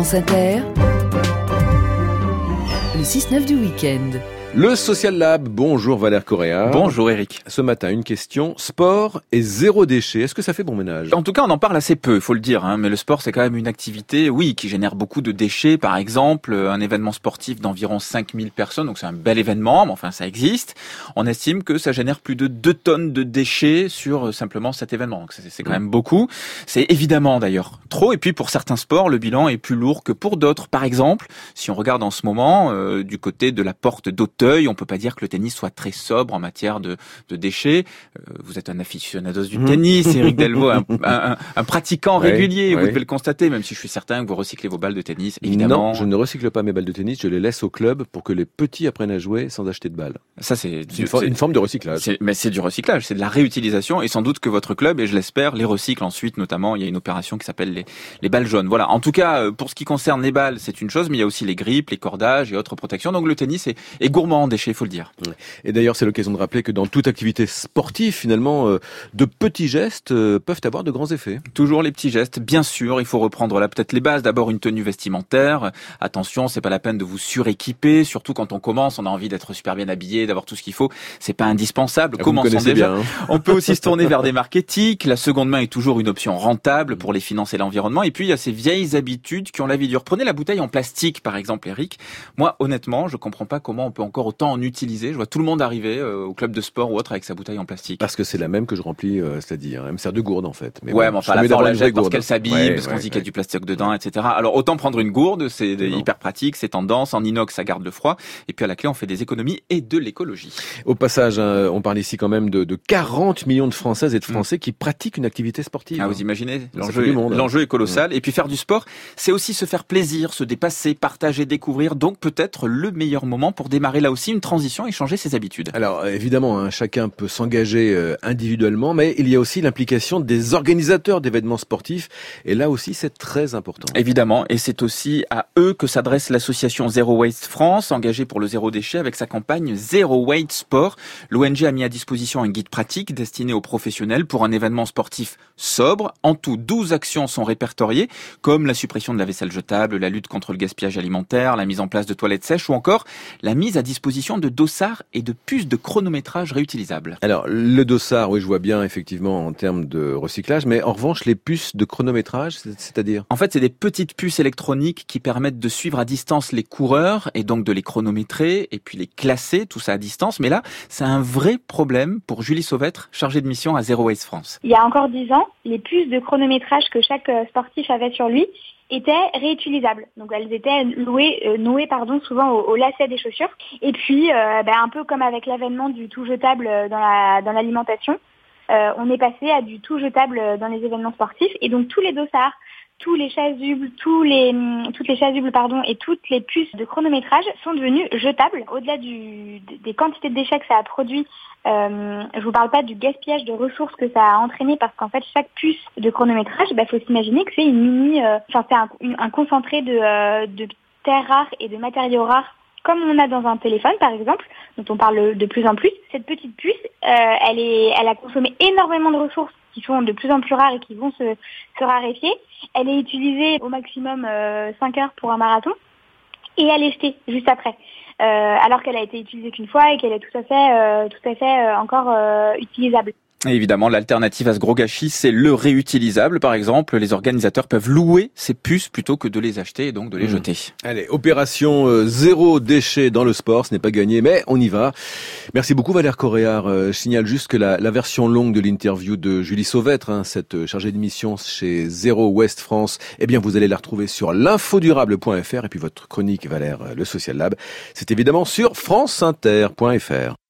France Inter, le 6-9 du week-end. Le Social Lab, bonjour Valère Correa. Bonjour Eric. Ce matin, une question, sport et zéro déchet, est-ce que ça fait bon ménage ? En tout cas, on en parle assez peu, il faut le dire, mais le sport, c'est quand même une activité, oui, qui génère beaucoup de déchets. Par exemple, un événement sportif d'environ 5000 personnes, donc c'est un bel événement, mais enfin, ça existe. On estime que ça génère plus de 2 tonnes de déchets sur simplement cet événement. Donc c'est quand même beaucoup. C'est évidemment d'ailleurs trop, et puis pour certains sports, le bilan est plus lourd que pour d'autres. Par exemple, si on regarde en ce moment, du côté de la porte d'Auteuil, on peut pas dire que le tennis soit très sobre en matière de déchets. Vous êtes un aficionado du tennis, Eric Delvaux, un pratiquant régulier, vous devez le constater, même si je suis certain que vous recyclez vos balles de tennis, évidemment. Non, je ne recycle pas mes balles de tennis, je les laisse au club pour que les petits apprennent à jouer sans acheter de balles. Ça, c'est une forme de recyclage. Mais c'est du recyclage, c'est de la réutilisation, et sans doute que votre club, et je l'espère, les recycle ensuite, notamment, il y a une opération qui s'appelle les balles jaunes. Voilà. En tout cas, pour ce qui concerne les balles, c'est une chose, mais il y a aussi les grippes, les cordages et autres protections. Donc le tennis est gourmand en déchets, il faut le dire. Et d'ailleurs, c'est l'occasion de rappeler que dans toute activité sportive, finalement, de petits gestes peuvent avoir de grands effets. Toujours les petits gestes, bien sûr. Il faut reprendre là peut-être les bases. D'abord, une tenue vestimentaire. Attention, c'est pas la peine de vous suréquiper. Surtout quand on commence, on a envie d'être super bien habillé, d'avoir tout ce qu'il faut. C'est pas indispensable. Commençons déjà. Bien, hein. On peut aussi se tourner vers des marques éthiques. La seconde main est toujours une option rentable pour les finances et l'environnement. Et puis, il y a ces vieilles habitudes qui ont la vie dure. Prenez la bouteille en plastique, par exemple, Eric. Moi, honnêtement, je comprends pas comment on peut encore autant en utiliser. Je vois tout le monde arriver au club de sport ou autre avec sa bouteille en plastique. Parce que c'est la même que je remplis, c'est-à-dire, elle me sert de gourde en fait. Mais ouais, mais enfin, on la jette parce qu'elle s'abîme, parce qu'on se dit qu'il y a du plastique dedans, etc. Alors, autant prendre une gourde, c'est hyper pratique, c'est tendance, en inox, ça garde le froid. Et puis, à la clé, on fait des économies et de l'écologie. Au passage, on parle ici quand même de 40 millions de Françaises et de Français qui pratiquent une activité sportive. Ah, vous imaginez? L'enjeu est colossal. Et puis, faire du sport, c'est aussi se faire plaisir, se dépasser, partager, découvrir. Donc, peut-être le meilleur moment pour démarrer là aussi une transition et changer ses habitudes. Alors évidemment, chacun peut s'engager individuellement, mais il y a aussi l'implication des organisateurs d'événements sportifs, et là aussi c'est très important. Évidemment, et c'est aussi à eux que s'adresse l'association Zero Waste France, engagée pour le zéro déchet avec sa campagne Zero Waste Sport. L'ONG a mis à disposition un guide pratique destiné aux professionnels pour un événement sportif sobre. En tout, 12 actions sont répertoriées, comme la suppression de la vaisselle jetable, la lutte contre le gaspillage alimentaire, la mise en place de toilettes sèches ou encore la mise à disposition de dossards et de puces de chronométrage réutilisables. Alors, le dossard, oui, je vois bien, effectivement, en termes de recyclage, mais en revanche, les puces de chronométrage, c'est-à-dire ? En fait, c'est des petites puces électroniques qui permettent de suivre à distance les coureurs et donc de les chronométrer et puis les classer, tout ça à distance. Mais là, c'est un vrai problème pour Julie Sauvêtre, chargée de mission à Zero Waste France. Il y a encore 10 ans, les puces de chronométrage que chaque sportif avait sur lui étaient réutilisables. Donc elles étaient nouées souvent au lacet des chaussures. Et puis, un peu comme avec l'avènement du tout jetable dans l'alimentation, on est passé à du tout jetable dans les événements sportifs. Et donc tous les dossards, tous les chasubles, toutes les chasubles et toutes les puces de chronométrage sont devenues jetables. Au-delà des quantités de déchets que ça a produit, je vous parle pas du gaspillage de ressources que ça a entraîné, parce qu'en fait chaque puce de chronométrage, faut s'imaginer que c'est c'est un concentré de terres rares et de matériaux rares, comme on a dans un téléphone par exemple, dont on parle de plus en plus. Cette petite puce, elle a consommé énormément de ressources qui sont de plus en plus rares et qui vont se raréfier. Elle est utilisée au maximum 5 heures pour un marathon, et elle est jetée juste après. Alors qu'elle a été utilisée qu'une fois et qu'elle est tout à fait encore utilisable. Et évidemment, l'alternative à ce gros gâchis, c'est le réutilisable. Par exemple, les organisateurs peuvent louer ces puces plutôt que de les acheter et donc de les jeter. Allez, opération zéro déchet dans le sport, ce n'est pas gagné, mais on y va. Merci beaucoup Valère Correa. Je signale juste que la version longue de l'interview de Julie Sauvêtre, cette chargée de mission chez Zero Waste France, vous allez la retrouver sur l'infodurable.fr, et puis votre chronique Valère, le Social Lab, c'est évidemment sur franceinter.fr.